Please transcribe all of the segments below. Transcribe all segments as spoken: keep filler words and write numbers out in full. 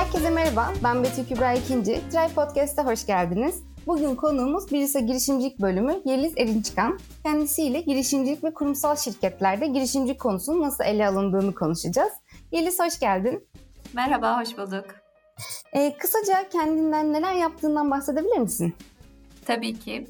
Herkese merhaba, ben Betül Kübra İkinci. Try Podcast'a hoş geldiniz. Bugün konuğumuz Brisa Girişimcilik Bölümü Yeliz Erinçkan. Kendisiyle girişimcilik ve kurumsal şirketlerde girişimcilik konusunun nasıl ele alındığını konuşacağız. Yeliz hoş geldin. Merhaba, hoş bulduk. Ee, kısaca kendinden neler yaptığından bahsedebilir misin? Tabii ki.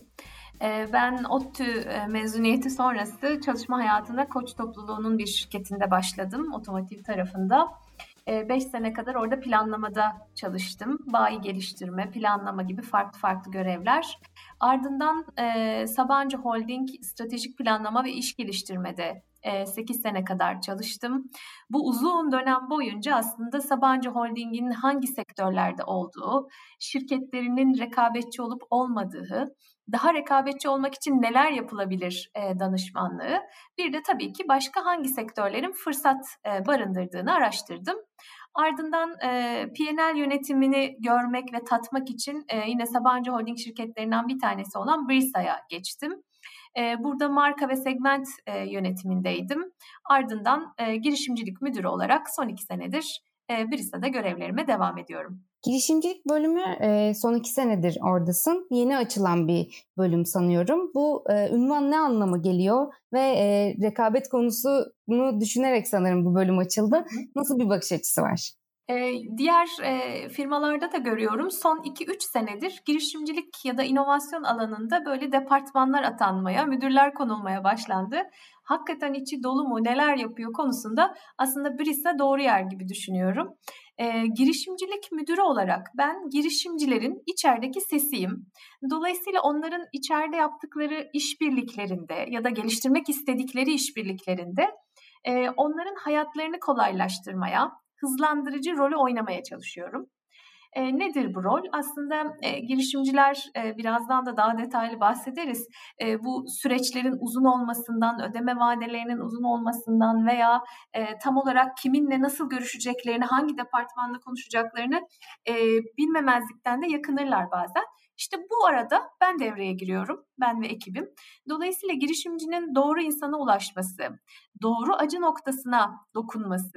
Ben ODTÜ mezuniyeti sonrası çalışma hayatında Koç topluluğunun bir şirketinde başladım, otomotiv tarafında. beş sene kadar orada planlamada çalıştım. Bayi geliştirme, planlama gibi farklı farklı görevler. Ardından Sabancı Holding stratejik planlama ve iş geliştirmede sekiz sene kadar çalıştım. Bu uzun dönem boyunca aslında Sabancı Holding'in hangi sektörlerde olduğu, şirketlerinin rekabetçi olup olmadığı, daha rekabetçi olmak için neler yapılabilir danışmanlığı, bir de tabii ki başka hangi sektörlerin fırsat barındırdığını araştırdım. Ardından P and L yönetimini görmek ve tatmak için yine Sabancı Holding şirketlerinden bir tanesi olan Brisa'ya geçtim. Burada marka ve segment yönetimindeydim. Ardından girişimcilik müdürü olarak son iki senedir Brisa'da görevlerime devam ediyorum. Girişimcilik bölümü son iki senedir oradasın. Yeni açılan bir bölüm sanıyorum. Bu ünvan ne anlamı geliyor ve rekabet konusunu düşünerek sanırım bu bölüm açıldı. Nasıl bir bakış açısı var? Ee, diğer e, firmalarda da görüyorum, son iki üç senedir girişimcilik ya da inovasyon alanında böyle departmanlar atanmaya, müdürler konulmaya başlandı. Hakikaten içi dolu mu, neler yapıyor konusunda aslında Brisa doğru yer gibi düşünüyorum. Ee, girişimcilik müdürü olarak ben girişimcilerin içerideki sesiyim. Dolayısıyla onların içeride yaptıkları işbirliklerinde ya da geliştirmek istedikleri işbirliklerinde e, onların hayatlarını kolaylaştırmaya, hızlandırıcı rolü oynamaya çalışıyorum. E, nedir bu rol? Aslında e, girişimciler e, birazdan da daha detaylı bahsederiz. E, bu süreçlerin uzun olmasından, ödeme vadelerinin uzun olmasından veya e, tam olarak kiminle nasıl görüşeceklerini, hangi departmanla konuşacaklarını e, bilmemezlikten de yakınırlar bazen. İşte bu arada ben devreye giriyorum, ben ve ekibim. Dolayısıyla girişimcinin doğru insana ulaşması, doğru acı noktasına dokunması,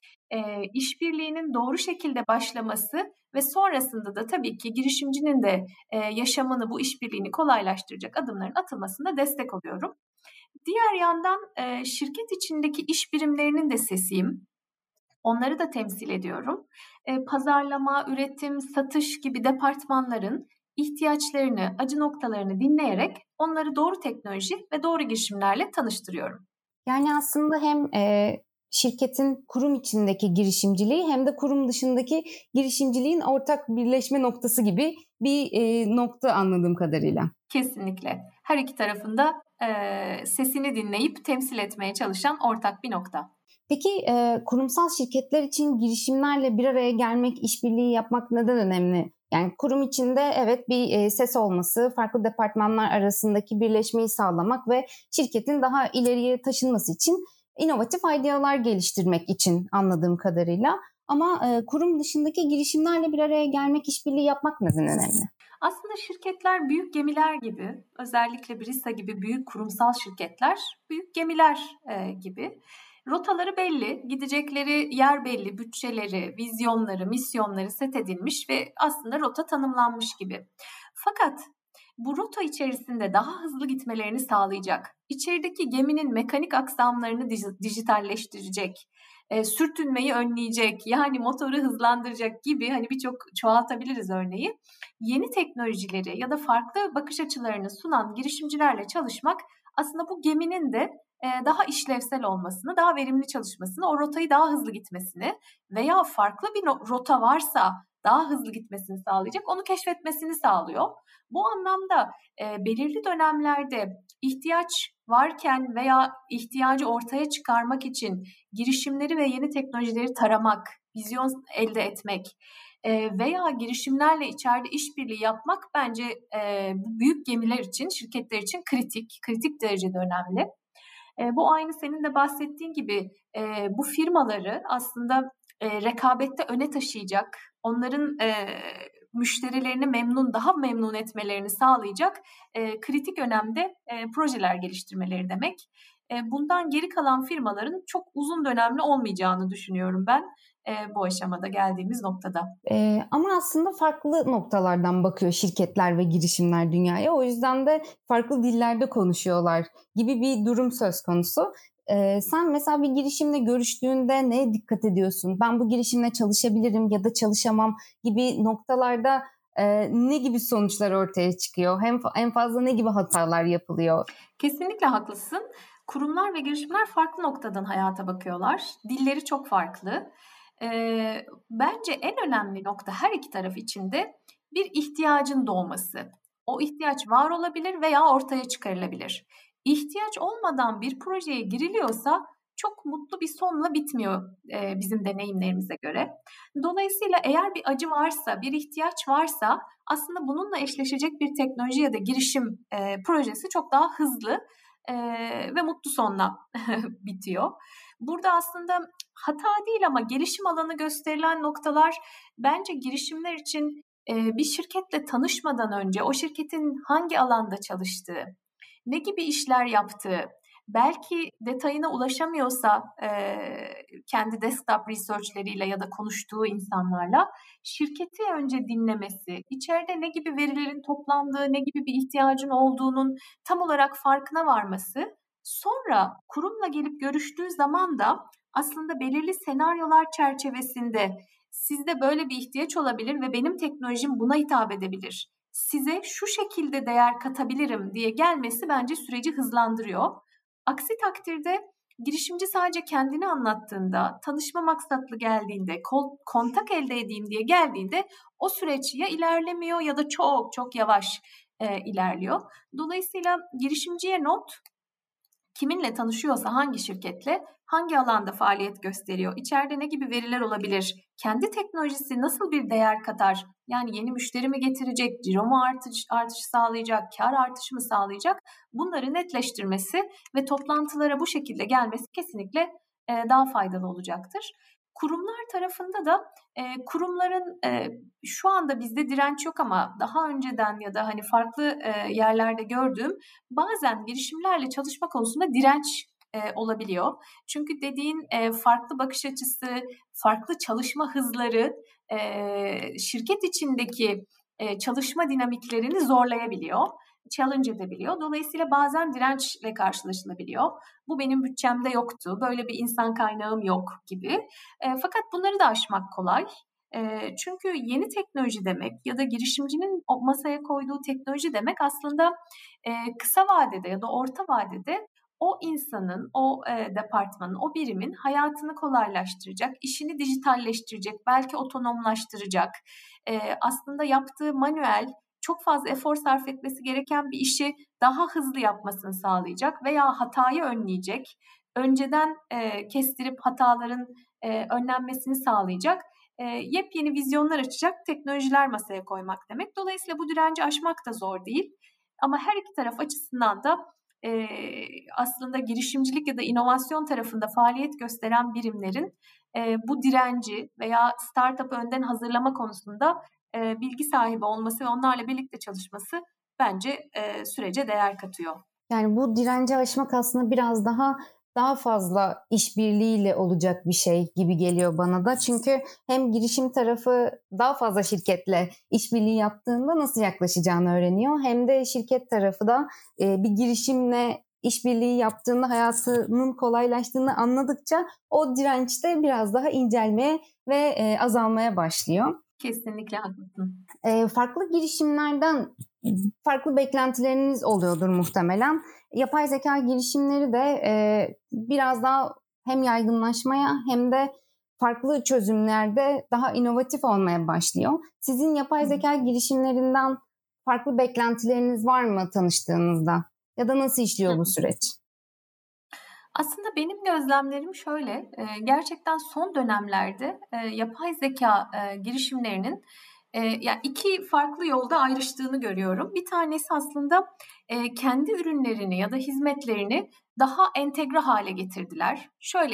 E, işbirliğinin doğru şekilde başlaması ve sonrasında da tabii ki girişimcinin de e, yaşamını, bu işbirliğini kolaylaştıracak adımların atılmasında destek oluyorum. Diğer yandan e, şirket içindeki iş birimlerinin de sesiyim. Onları da temsil ediyorum. E, pazarlama, üretim, satış gibi departmanların ihtiyaçlarını, acı noktalarını dinleyerek onları doğru teknoloji ve doğru girişimlerle tanıştırıyorum. Yani aslında hem e, şirketin kurum içindeki girişimciliği hem de kurum dışındaki girişimciliğin ortak birleşme noktası gibi bir e, nokta anladığım kadarıyla. Kesinlikle. Her iki tarafında e, sesini dinleyip temsil etmeye çalışan ortak bir nokta. Peki e, kurumsal şirketler için girişimlerle bir araya gelmek, işbirliği yapmak neden önemli? Yani kurum içinde evet bir e, ses olması, farklı departmanlar arasındaki birleşmeyi sağlamak ve şirketin daha ileriye taşınması için inovatif idealar geliştirmek için anladığım kadarıyla. Ama e, kurum dışındaki girişimlerle bir araya gelmek, işbirliği yapmak neden önemli? Aslında şirketler büyük gemiler gibi, özellikle Brisa gibi büyük kurumsal şirketler büyük gemiler e, gibi. Rotaları belli, gidecekleri yer belli, bütçeleri, vizyonları, misyonları set edilmiş ve aslında rota tanımlanmış gibi. Fakat bu rota içerisinde daha hızlı gitmelerini sağlayacak, içerideki geminin mekanik aksamlarını dijitalleştirecek, e, sürtünmeyi önleyecek, yani motoru hızlandıracak gibi, hani birçok çoğaltabiliriz örneği. Yeni teknolojileri ya da farklı bakış açılarını sunan girişimcilerle çalışmak aslında bu geminin de daha işlevsel olmasını, daha verimli çalışmasını, o rotayı daha hızlı gitmesini veya farklı bir rota varsa daha hızlı gitmesini sağlayacak, onu keşfetmesini sağlıyor. Bu anlamda e, belirli dönemlerde ihtiyaç varken veya ihtiyacı ortaya çıkarmak için girişimleri ve yeni teknolojileri taramak, vizyon elde etmek e, veya girişimlerle içeride işbirliği yapmak bence e, büyük gemiler için, şirketler için kritik, kritik derecede önemli. E, bu aynı senin de bahsettiğin gibi e, bu firmaları aslında e, rekabette öne taşıyacak, onların e, müşterilerini memnun, daha memnun etmelerini sağlayacak e, kritik önemde e, projeler geliştirmeleri demek. bundan geri kalan firmaların çok uzun dönemli olmayacağını düşünüyorum ben bu aşamada, geldiğimiz noktada. Ee, ama aslında farklı noktalardan bakıyor şirketler ve girişimler dünyaya. O yüzden de farklı dillerde konuşuyorlar gibi bir durum söz konusu. Ee, sen mesela bir girişimle görüştüğünde neye dikkat ediyorsun? Ben bu girişimle çalışabilirim ya da çalışamam gibi noktalarda e, ne gibi sonuçlar ortaya çıkıyor? Hem en fazla ne gibi hatalar yapılıyor? Kesinlikle haklısın. Kurumlar ve girişimler farklı noktadan hayata bakıyorlar. Dilleri çok farklı. Ee, bence en önemli nokta her iki taraf için de bir ihtiyacın doğması. O ihtiyaç var olabilir veya ortaya çıkarılabilir. İhtiyaç olmadan bir projeye giriliyorsa çok mutlu bir sonla bitmiyor e, bizim deneyimlerimize göre. Dolayısıyla eğer bir acı varsa, bir ihtiyaç varsa aslında bununla eşleşecek bir teknoloji ya da girişim e, projesi çok daha hızlı e, ve mutlu sonla bitiyor. Burada aslında hata değil ama gelişim alanı gösterilen noktalar bence girişimler için e, bir şirketle tanışmadan önce o şirketin hangi alanda çalıştığı, ne gibi işler yaptığı, belki detayına ulaşamıyorsa e, kendi desktop research'leriyle ya da konuştuğu insanlarla şirketi önce dinlemesi, içeride ne gibi verilerin toplandığı, ne gibi bir ihtiyacın olduğunun tam olarak farkına varması, sonra kurumla gelip görüştüğü zaman da aslında belirli senaryolar çerçevesinde sizde böyle bir ihtiyaç olabilir ve benim teknolojim buna hitap edebilir, size şu şekilde değer katabilirim diye gelmesi bence süreci hızlandırıyor. Aksi takdirde girişimci sadece kendini anlattığında, tanışma maksatlı geldiğinde, kontak elde edeyim diye geldiğinde o süreç ya ilerlemiyor ya da çok çok yavaş e, ilerliyor. Dolayısıyla girişimciye not, kiminle tanışıyorsa, hangi şirketle, hangi alanda faaliyet gösteriyor, içeride ne gibi veriler olabilir, kendi teknolojisi nasıl bir değer katar, yani yeni müşteri mi getirecek, ciro mu artış, artışı sağlayacak, kar artışı mı sağlayacak, bunları netleştirmesi ve toplantılara bu şekilde gelmesi kesinlikle e, daha faydalı olacaktır. Kurumlar tarafında da e, kurumların e, şu anda bizde direnç yok ama daha önceden ya da hani farklı e, yerlerde gördüğüm bazen girişimlerle çalışma konusunda direnç e, olabiliyor. Çünkü dediğin e, farklı bakış açısı, farklı çalışma hızları e, şirket içindeki e, çalışma dinamiklerini zorlayabiliyor, challenge edebiliyor. Dolayısıyla bazen dirençle karşılaşılabiliyor. Bu benim bütçemde yoktu, böyle bir insan kaynağım yok gibi. E, fakat bunları da aşmak kolay. E, çünkü yeni teknoloji demek ya da girişimcinin masaya koyduğu teknoloji demek aslında e, kısa vadede ya da orta vadede o insanın, o e, departmanın, o birimin hayatını kolaylaştıracak, işini dijitalleştirecek, belki otonomlaştıracak, e, aslında yaptığı manuel, çok fazla efor sarf etmesi gereken bir işi daha hızlı yapmasını sağlayacak veya hatayı önleyecek, önceden e, kestirip hataların e, önlenmesini sağlayacak, e, yepyeni vizyonlar açacak teknolojiler masaya koymak demek. Dolayısıyla bu direnci aşmak da zor değil. Ama her iki taraf açısından da e, aslında girişimcilik ya da inovasyon tarafında faaliyet gösteren birimlerin e, bu direnci veya startup önden hazırlama konusunda e, bilgi sahibi olması ve onlarla birlikte çalışması bence e, sürece değer katıyor. Yani bu direnci aşmak aslında biraz daha daha fazla işbirliğiyle olacak bir şey gibi geliyor bana da. Çünkü hem girişim tarafı daha fazla şirketle işbirliği yaptığında nasıl yaklaşacağını öğreniyor. Hem de şirket tarafı da e, bir girişimle işbirliği yaptığında hayatının kolaylaştığını anladıkça o direnç de biraz daha incelmeye ve e, azalmaya başlıyor. Kesinlikle haklısın. E, farklı girişimlerden farklı beklentileriniz oluyordur muhtemelen. Yapay zeka girişimleri de e, biraz daha hem yaygınlaşmaya hem de farklı çözümlerde daha inovatif olmaya başlıyor. Sizin yapay zeka girişimlerinden farklı beklentileriniz var mı tanıştığınızda? Ya da nasıl işliyor bu süreç? Aslında benim gözlemlerim şöyle, gerçekten son dönemlerde yapay zeka girişimlerinin yani iki farklı yolda ayrıştığını görüyorum. Bir tanesi aslında kendi ürünlerini ya da hizmetlerini daha entegre hale getirdiler. Şöyle ki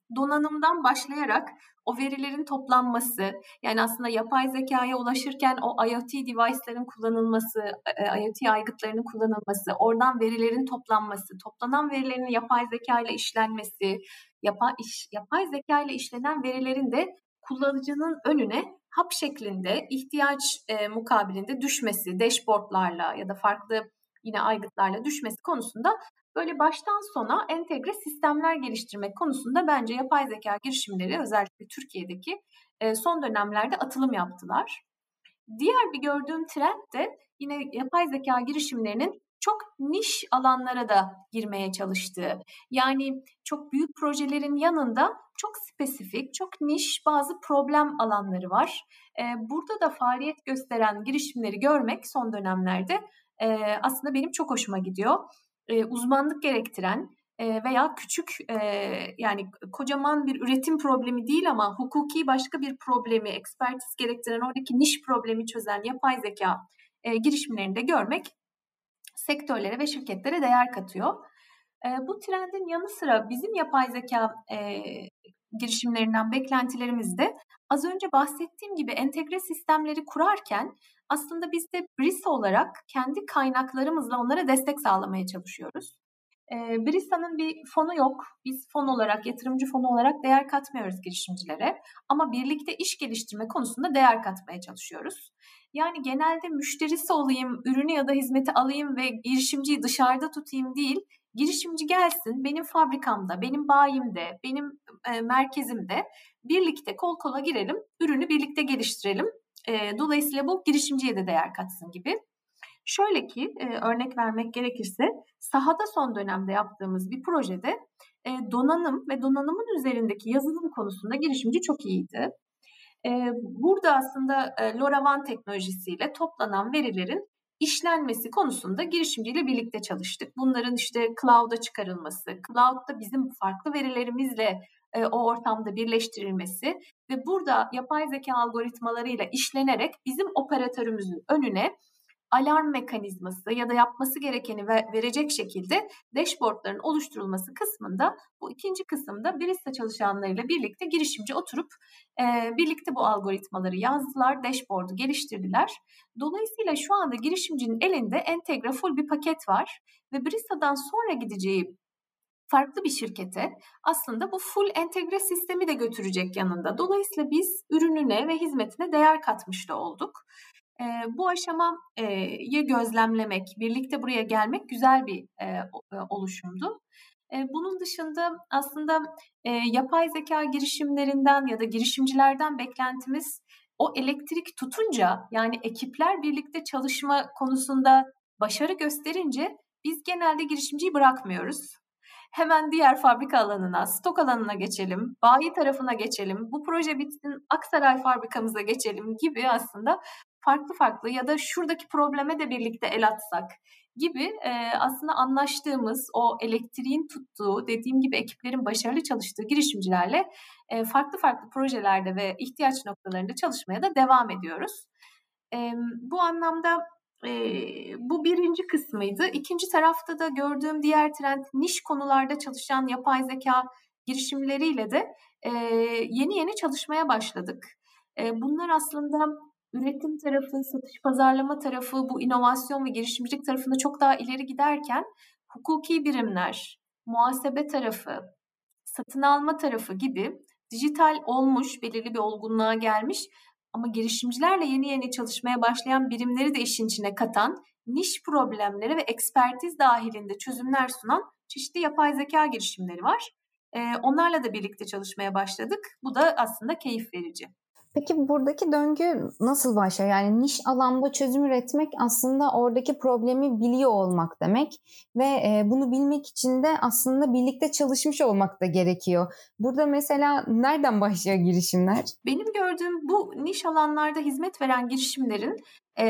donanımdan başlayarak o verilerin toplanması, yani aslında yapay zekaya ulaşırken o IoT device'ların kullanılması, IoT aygıtlarının kullanılması, oradan verilerin toplanması, toplanan verilerin yapay zeka ile işlenmesi, yapay, iş, yapay zeka ile işlenen verilerin de kullanıcının önüne hap şeklinde ihtiyaç e, mukabilinde düşmesi, dashboardlarla ya da farklı yine aygıtlarla düşmesi konusunda böyle baştan sona entegre sistemler geliştirmek konusunda bence yapay zeka girişimleri özellikle Türkiye'deki e, son dönemlerde atılım yaptılar. Diğer bir gördüğüm trend de yine yapay zeka girişimlerinin çok niş alanlara da girmeye çalıştığı. Yani çok büyük projelerin yanında çok spesifik, çok niş bazı problem alanları var. E, burada da faaliyet gösteren girişimleri görmek son dönemlerde e, aslında benim çok hoşuma gidiyor. E, uzmanlık gerektiren e, veya küçük e, yani kocaman bir üretim problemi değil ama hukuki başka bir problemi, ekspertiz gerektiren oradaki niş problemi çözen yapay zeka e, girişimlerini de görmek sektörlere ve şirketlere değer katıyor. E, bu trendin yanı sıra bizim yapay zeka e, girişimlerinden beklentilerimiz de az önce bahsettiğim gibi entegre sistemleri kurarken aslında biz de Brisa olarak kendi kaynaklarımızla onlara destek sağlamaya çalışıyoruz. E, Brisa'nın bir fonu yok. Biz fon olarak, yatırımcı fonu olarak değer katmıyoruz girişimcilere. Ama birlikte iş geliştirme konusunda değer katmaya çalışıyoruz. Yani genelde müşterisi olayım, ürünü ya da hizmeti alayım ve girişimciyi dışarıda tutayım değil, girişimci gelsin benim fabrikamda, benim bayimde, benim e, merkezimde birlikte kol kola girelim, ürünü birlikte geliştirelim. E, dolayısıyla bu girişimciye de değer katsın gibi. Şöyle ki e, örnek vermek gerekirse sahada son dönemde yaptığımız bir projede e, donanım ve donanımın üzerindeki yazılım konusunda girişimci çok iyiydi. E, burada aslında e, LoRaWAN teknolojisiyle toplanan verilerin işlenmesi konusunda girişimciyle birlikte çalıştık. Bunların işte cloud'a çıkarılması, cloud'da bizim farklı verilerimizle e, o ortamda birleştirilmesi ve burada yapay zeka algoritmalarıyla işlenerek bizim operatörümüzün önüne alarm mekanizması ya da yapması gerekeni verecek şekilde dashboardların oluşturulması kısmında bu ikinci kısımda Brisa çalışanlarıyla birlikte girişimci oturup e, birlikte bu algoritmaları yazdılar, dashboard'u geliştirdiler. Dolayısıyla şu anda girişimcinin elinde entegre full bir paket var ve Brisa'dan sonra gideceği farklı bir şirkete aslında bu full entegre sistemi de götürecek yanında. Dolayısıyla biz ürününe ve hizmetine değer katmış da olduk. E, bu aşamayı gözlemlemek, birlikte buraya gelmek güzel bir e, oluşumdu. E, bunun dışında aslında e, yapay zeka girişimlerinden ya da girişimcilerden beklentimiz o elektrik tutunca, yani ekipler birlikte çalışma konusunda başarı gösterince biz genelde girişimciyi bırakmıyoruz. Hemen diğer fabrika alanına, stok alanına geçelim, bayi tarafına geçelim, bu proje bitsin Aksaray fabrikamıza geçelim gibi aslında farklı farklı ya da şuradaki probleme de birlikte el atsak gibi e, aslında anlaştığımız o elektriğin tuttuğu, dediğim gibi ekiplerin başarılı çalıştığı girişimcilerle e, farklı farklı projelerde ve ihtiyaç noktalarında çalışmaya da devam ediyoruz. E, bu anlamda e, bu birinci kısmıydı. İkinci tarafta da gördüğüm diğer trend niş konularda çalışan yapay zeka girişimleriyle de e, yeni yeni çalışmaya başladık. E, bunlar aslında üretim tarafı, satış pazarlama tarafı, bu inovasyon ve girişimcilik tarafında çok daha ileri giderken hukuki birimler, muhasebe tarafı, satın alma tarafı gibi dijital olmuş, belirli bir olgunluğa gelmiş ama girişimcilerle yeni yeni çalışmaya başlayan birimleri de işin içine katan, niş problemlere ve ekspertiz dahilinde çözümler sunan çeşitli yapay zeka girişimleri var. Ee, onlarla da birlikte çalışmaya başladık. Bu da aslında keyif verici. Peki buradaki döngü nasıl başlıyor? Yani niş alanda çözüm üretmek aslında oradaki problemi biliyor olmak demek ve bunu bilmek için de aslında birlikte çalışmış olmak da gerekiyor. Burada mesela nereden başlıyor girişimler? Benim gördüğüm bu niş alanlarda hizmet veren girişimlerin e,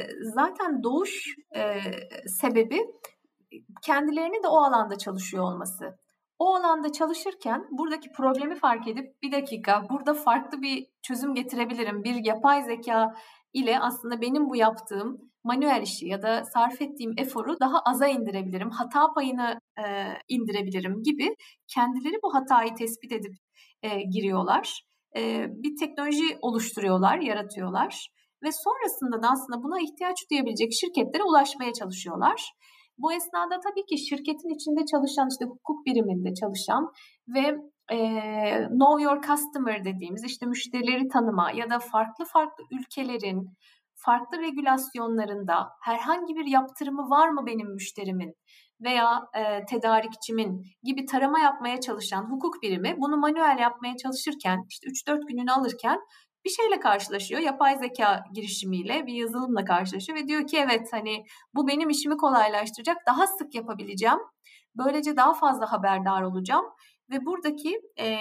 zaten doğuş e, sebebi kendilerini de o alanda çalışıyor olması. O alanda çalışırken buradaki problemi fark edip bir dakika burada farklı bir çözüm getirebilirim. Bir yapay zeka ile aslında benim bu yaptığım manuel işi ya da sarf ettiğim eforu daha aza indirebilirim, hata payını e, indirebilirim gibi kendileri bu hatayı tespit edip e, giriyorlar. E, bir teknoloji oluşturuyorlar, yaratıyorlar ve sonrasında da aslında buna ihtiyaç duyabilecek şirketlere ulaşmaya çalışıyorlar. Bu esnada tabii ki şirketin içinde çalışan, işte hukuk biriminde çalışan ve e, know your customer dediğimiz işte müşterileri tanıma ya da farklı farklı ülkelerin farklı regülasyonlarında herhangi bir yaptırımı var mı benim müşterimin veya e, tedarikçimin gibi tarama yapmaya çalışan hukuk birimi bunu manuel yapmaya çalışırken işte üç dört gününü alırken bir şeyle karşılaşıyor. Yapay zeka girişimiyle bir yazılımla karşılaşıyor ve diyor ki evet hani bu benim işimi kolaylaştıracak, daha sık yapabileceğim. Böylece daha fazla haberdar olacağım ve buradaki e,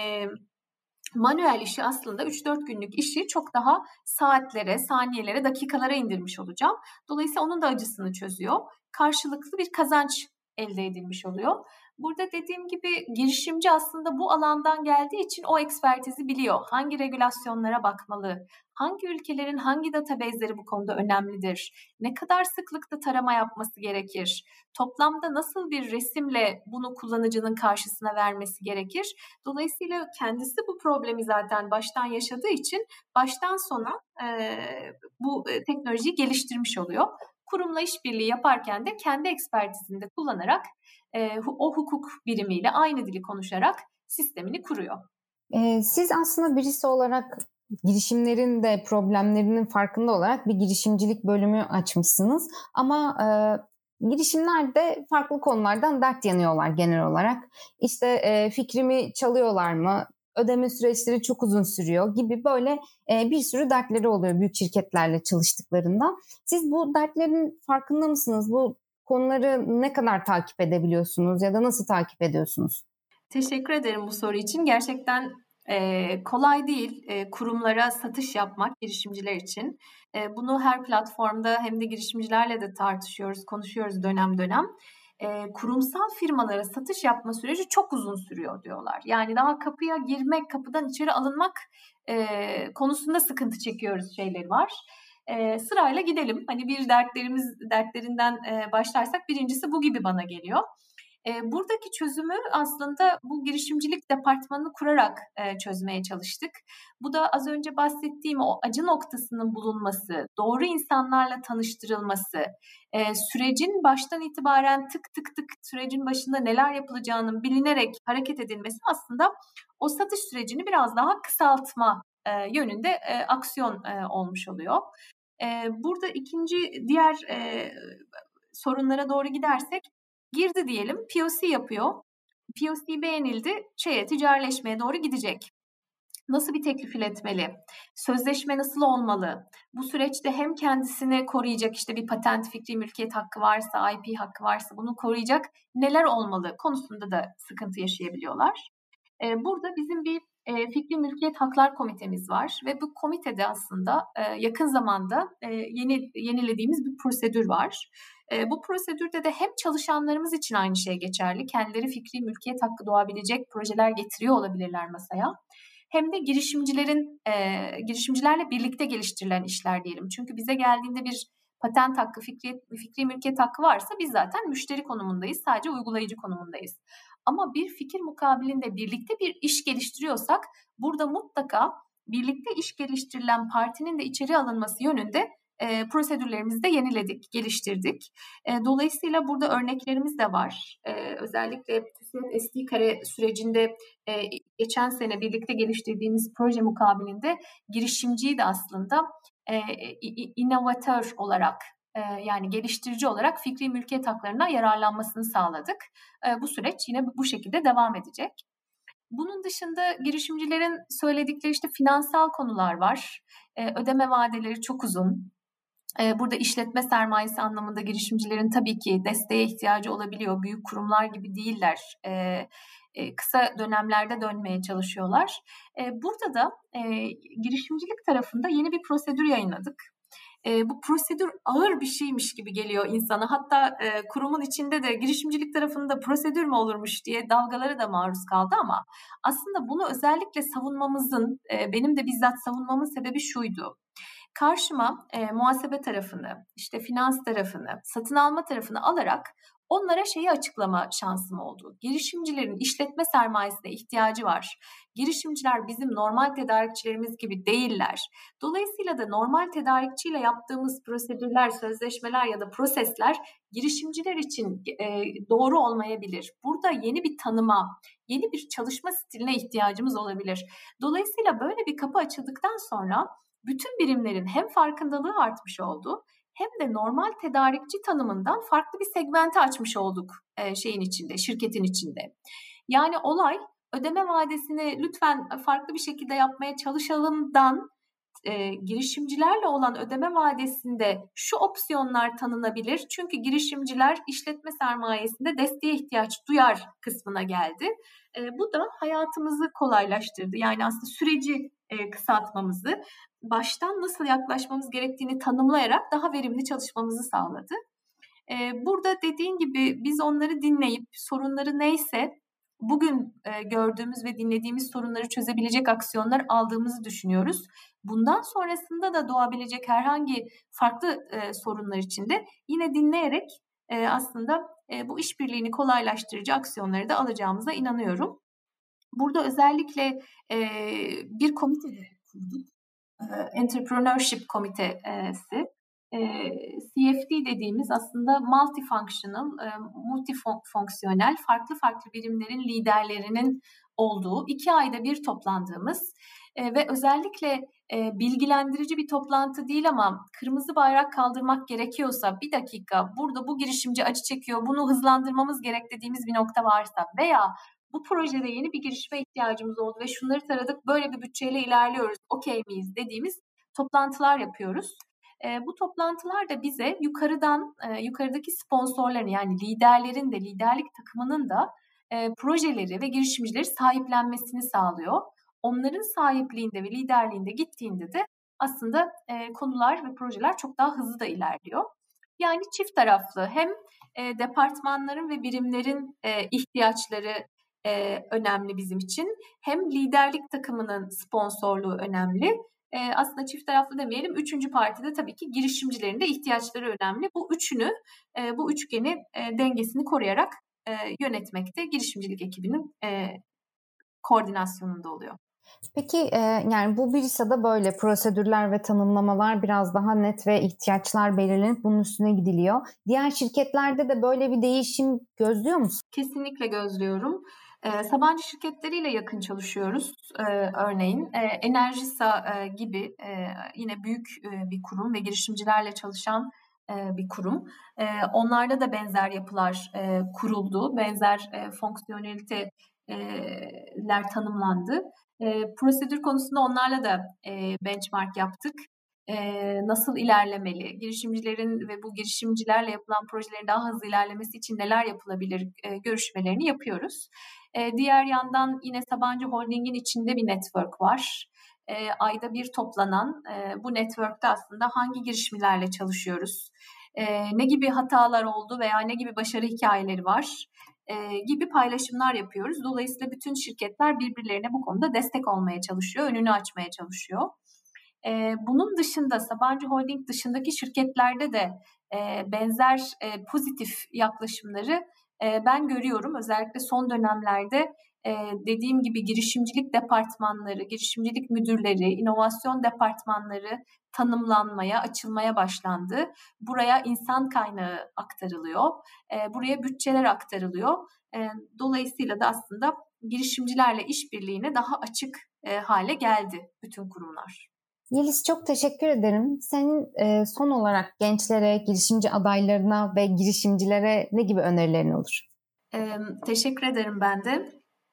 manuel işi aslında üç dört günlük işi çok daha saatlere, saniyelere, dakikalara indirmiş olacağım. Dolayısıyla onun da acısını çözüyor. Karşılıklı bir kazanç elde edilmiş oluyor. Burada dediğim gibi girişimci aslında bu alandan geldiği için o ekspertizi biliyor. Hangi regülasyonlara bakmalı, hangi ülkelerin hangi database'leri bu konuda önemlidir, ne kadar sıklıkta tarama yapması gerekir, toplamda nasıl bir resimle bunu kullanıcının karşısına vermesi gerekir. Dolayısıyla kendisi bu problemi zaten baştan yaşadığı için baştan sona e, bu e, teknolojiyi geliştirmiş oluyor. Kurumla işbirliği yaparken de kendi ekspertizini de kullanarak e, o hukuk birimiyle aynı dili konuşarak sistemini kuruyor. Ee, siz aslında birisi olarak girişimlerin de problemlerinin farkında olarak bir girişimcilik bölümü açmışsınız. Ama e, girişimler de farklı konulardan dert yanıyorlar genel olarak. İşte e, fikrimi çalıyorlar mı? Ödeme süreçleri çok uzun sürüyor gibi böyle e, bir sürü dertleri oluyor büyük şirketlerle çalıştıklarında. Siz bu dertlerin farkında mısınız? Bu konuları ne kadar takip edebiliyorsunuz ya da nasıl takip ediyorsunuz? Teşekkür ederim bu soru için. Gerçekten e, kolay değil e, kurumlara satış yapmak girişimciler için. E, bunu her platformda hem de girişimcilerle de tartışıyoruz, konuşuyoruz dönem dönem. E, kurumsal firmalara satış yapma süreci çok uzun sürüyor diyorlar. Yani daha kapıya girmek, kapıdan içeri alınmak e, konusunda sıkıntı çekiyoruz şeyleri var. E, sırayla gidelim. Hani bir dertlerimiz dertlerinden e, başlarsak birincisi bu gibi bana geliyor. E, buradaki çözümü aslında bu girişimcilik departmanını kurarak e, çözmeye çalıştık. Bu da az önce bahsettiğim o acı noktasının bulunması, doğru insanlarla tanıştırılması, e, sürecin baştan itibaren tık tık tık sürecin başında neler yapılacağının bilinerek hareket edilmesi aslında o satış sürecini biraz daha kısaltma e, yönünde e, aksiyon e, olmuş oluyor. E, burada ikinci diğer e, sorunlara doğru gidersek, girdi diyelim, P O C yapıyor. P O C beğenildi, şeye, ticarileşmeye doğru gidecek. Nasıl bir teklif iletmeli? Sözleşme nasıl olmalı? Bu süreçte hem kendisini koruyacak, işte bir patent, fikri mülkiyet hakkı varsa, I P hakkı varsa bunu koruyacak neler olmalı konusunda da sıkıntı yaşayabiliyorlar. Burada bizim bir Fikri Mülkiyet Haklar Komitemiz var ve bu komitede aslında yakın zamanda yeni yenilediğimiz bir prosedür var. Bu prosedürde de hem çalışanlarımız için aynı şey geçerli, kendileri fikri mülkiyet hakkı doğabilecek projeler getiriyor olabilirler masaya. Hem de girişimcilerin girişimcilerle birlikte geliştirilen işler diyelim. Çünkü bize geldiğinde bir patent hakkı, fikri, fikri mülkiyet hakkı varsa biz zaten müşteri konumundayız, sadece uygulayıcı konumundayız. Ama bir fikir mukabilinde birlikte bir iş geliştiriyorsak burada mutlaka birlikte iş geliştirilen partinin de içeri alınması yönünde e, prosedürlerimizi de yeniledik, geliştirdik. E, dolayısıyla burada örneklerimiz de var. E, özellikle TÜSİAD S D kare sürecinde e, geçen sene birlikte geliştirdiğimiz proje mukabilinde girişimciyi de aslında e, inovatör olarak, yani geliştirici olarak fikri mülkiyet haklarına yararlanmasını sağladık. Bu süreç yine bu şekilde devam edecek. Bunun dışında girişimcilerin söyledikleri işte finansal konular var. Ödeme vadeleri çok uzun. Burada işletme sermayesi anlamında girişimcilerin tabii ki desteğe ihtiyacı olabiliyor. Büyük kurumlar gibi değiller. Kısa dönemlerde dönmeye çalışıyorlar. Burada da girişimcilik tarafında yeni bir prosedür yayınladık. e, bu prosedür ağır bir şeymiş gibi geliyor insana. Hatta e, kurumun içinde de girişimcilik tarafında prosedür mü olurmuş diye dalgalara da maruz kaldı ama aslında bunu özellikle savunmamızın, e, benim de bizzat savunmamın sebebi şuydu. Karşıma e, muhasebe tarafını, işte finans tarafını, satın alma tarafını alarak onlara şeyi açıklama şansım oldu. Girişimcilerin işletme sermayesine ihtiyacı var. Girişimciler bizim normal tedarikçilerimiz gibi değiller. Dolayısıyla da normal tedarikçiyle yaptığımız prosedürler, sözleşmeler ya da prosesler girişimciler için e, doğru olmayabilir. Burada yeni bir tanıma, yeni bir çalışma stiline ihtiyacımız olabilir. Dolayısıyla böyle bir kapı açıldıktan sonra bütün birimlerin hem farkındalığı artmış oldu hem de normal tedarikçi tanımından farklı bir segmente açmış olduk e, şeyin içinde, şirketin içinde. Yani olay ödeme vadesini lütfen farklı bir şekilde yapmaya çalışalımdan e, girişimcilerle olan ödeme vadesinde şu opsiyonlar tanınabilir. Çünkü girişimciler işletme sermayesinde desteğe ihtiyaç duyar kısmına geldi. E, bu da hayatımızı kolaylaştırdı. Yani aslında süreci e, kısaltmamızı, baştan nasıl yaklaşmamız gerektiğini tanımlayarak daha verimli çalışmamızı sağladı. E, burada dediğin gibi biz onları dinleyip sorunları neyse bugün e, gördüğümüz ve dinlediğimiz sorunları çözebilecek aksiyonlar aldığımızı düşünüyoruz. Bundan sonrasında da doğabilecek herhangi farklı e, sorunlar için de yine dinleyerek e, aslında e, bu işbirliğini kolaylaştırıcı aksiyonları da alacağımıza inanıyorum. Burada özellikle e, bir komite de kurduk. E, Entrepreneurship Komitesi. E, C F D dediğimiz aslında multifunctional, e, multifonksiyonel, farklı farklı birimlerin liderlerinin olduğu iki ayda bir toplandığımız e, ve özellikle e, bilgilendirici bir toplantı değil ama kırmızı bayrak kaldırmak gerekiyorsa bir dakika burada bu girişimci acı çekiyor, bunu hızlandırmamız gerek dediğimiz bir nokta varsa veya bu projede yeni bir girişime ihtiyacımız oldu ve şunları taradık, böyle bir bütçeyle ilerliyoruz, okey miyiz dediğimiz toplantılar yapıyoruz. E, bu toplantılar da bize yukarıdan, e, yukarıdaki sponsorların yani liderlerin de, liderlik takımının da e, projeleri ve girişimcileri sahiplenmesini sağlıyor. Onların sahipliğinde ve liderliğinde gittiğinde de aslında e, konular ve projeler çok daha hızlı da ilerliyor. Yani çift taraflı hem e, departmanların ve birimlerin e, ihtiyaçları e, önemli bizim için. Hem liderlik takımının sponsorluğu önemli. E, aslında çift taraflı demeyelim. Üçüncü partide tabii ki girişimcilerin de ihtiyaçları önemli. Bu üçünü, e, bu üçgeni e, dengesini koruyarak e, yönetmekte girişimcilik ekibinin e, koordinasyonunda oluyor. Peki e, yani bu BRİSA'da böyle prosedürler ve tanımlamalar biraz daha net ve ihtiyaçlar belirlenip bunun üstüne gidiliyor. Diğer şirketlerde de böyle bir değişim gözlüyor musun? Kesinlikle gözlüyorum. E, Sabancı şirketleriyle yakın çalışıyoruz e, örneğin. E, Enerjisa e, gibi e, yine büyük e, bir kurum ve girişimcilerle çalışan e, bir kurum. E, onlarda da benzer yapılar e, kuruldu, benzer e, fonksiyoneliteler tanımlandı. E, prosedür konusunda onlarla da e, benchmark yaptık. E, nasıl ilerlemeli, girişimcilerin ve bu girişimcilerle yapılan projelerin daha hızlı ilerlemesi için neler yapılabilir e, görüşmelerini yapıyoruz. E, diğer yandan yine Sabancı Holding'in içinde bir network var. E, ayda bir toplanan e, bu network'te aslında hangi girişimlerle çalışıyoruz, e, ne gibi hatalar oldu veya ne gibi başarı hikayeleri var e, gibi paylaşımlar yapıyoruz. Dolayısıyla bütün şirketler birbirlerine bu konuda destek olmaya çalışıyor, önünü açmaya çalışıyor. E, bunun dışında Sabancı Holding dışındaki şirketlerde de e, benzer e, pozitif yaklaşımları e, ben görüyorum. Özellikle son dönemlerde e, dediğim gibi girişimcilik departmanları, girişimcilik müdürleri, inovasyon departmanları tanımlanmaya, açılmaya başlandı. Buraya insan kaynağı aktarılıyor, e, buraya bütçeler aktarılıyor. E, dolayısıyla da aslında girişimcilerle işbirliğine daha açık e, hale geldi bütün kurumlar. Yeliz çok teşekkür ederim. Senin e, son olarak gençlere, girişimci adaylarına ve girişimcilere ne gibi önerilerin olur? E, teşekkür ederim ben de.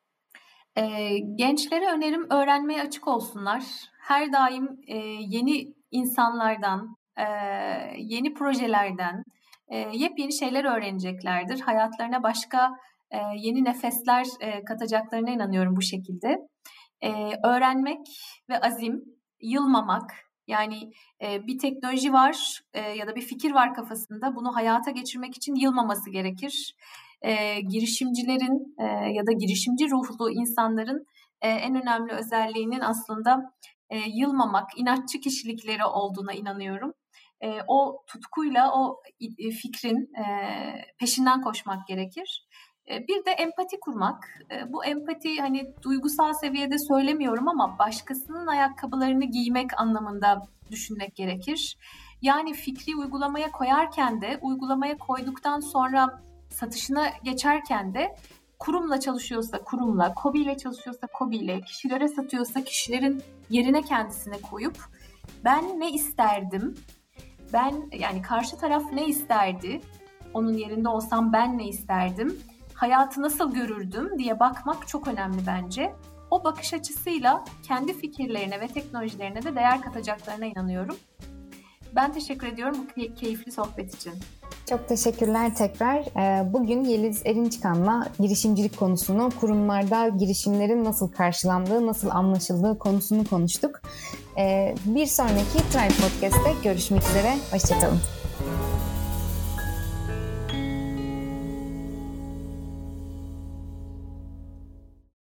E, gençlere önerim öğrenmeye açık olsunlar. Her daim e, yeni insanlardan, e, yeni projelerden, e, yepyeni şeyler öğreneceklerdir. Hayatlarına başka e, yeni nefesler e, katacaklarına inanıyorum bu şekilde. E, öğrenmek ve azim, yılmamak, Yani e, bir teknoloji var e, ya da bir fikir var kafasında, bunu hayata geçirmek için yılmaması gerekir. E, girişimcilerin e, ya da girişimci ruhlu insanların e, en önemli özelliğinin aslında e, yılmamak, inatçı kişilikleri olduğuna inanıyorum. E, o tutkuyla o e, fikrin e, peşinden koşmak gerekir. E, bir de empati kurmak. E, bu empati hani duygusal seviyede söylemiyorum ama başkasının ayakkabılarını giymek anlamında düşünmek gerekir. Yani fikri uygulamaya koyarken de, uygulamaya koyduktan sonra satışına geçerken de, kurumla çalışıyorsa kurumla, KOBİ ile çalışıyorsa KOBİ ile, kişilere satıyorsa kişilerin yerine kendisine koyup ben ne isterdim, ben yani karşı taraf ne isterdi, onun yerinde olsam ben ne isterdim, hayatı nasıl görürdüm diye bakmak çok önemli bence. O bakış açısıyla kendi fikirlerine ve teknolojilerine de değer katacaklarına inanıyorum. Ben teşekkür ediyorum bu keyifli sohbet için. Çok teşekkürler tekrar. Bugün Yeliz Erinçkan'la girişimcilik konusunu, kurumlarda girişimlerin nasıl karşılandığı, nasıl anlaşıldığı konusunu konuştuk. Bir sonraki Thrive Podcast'te görüşmek üzere. Hoşçakalın.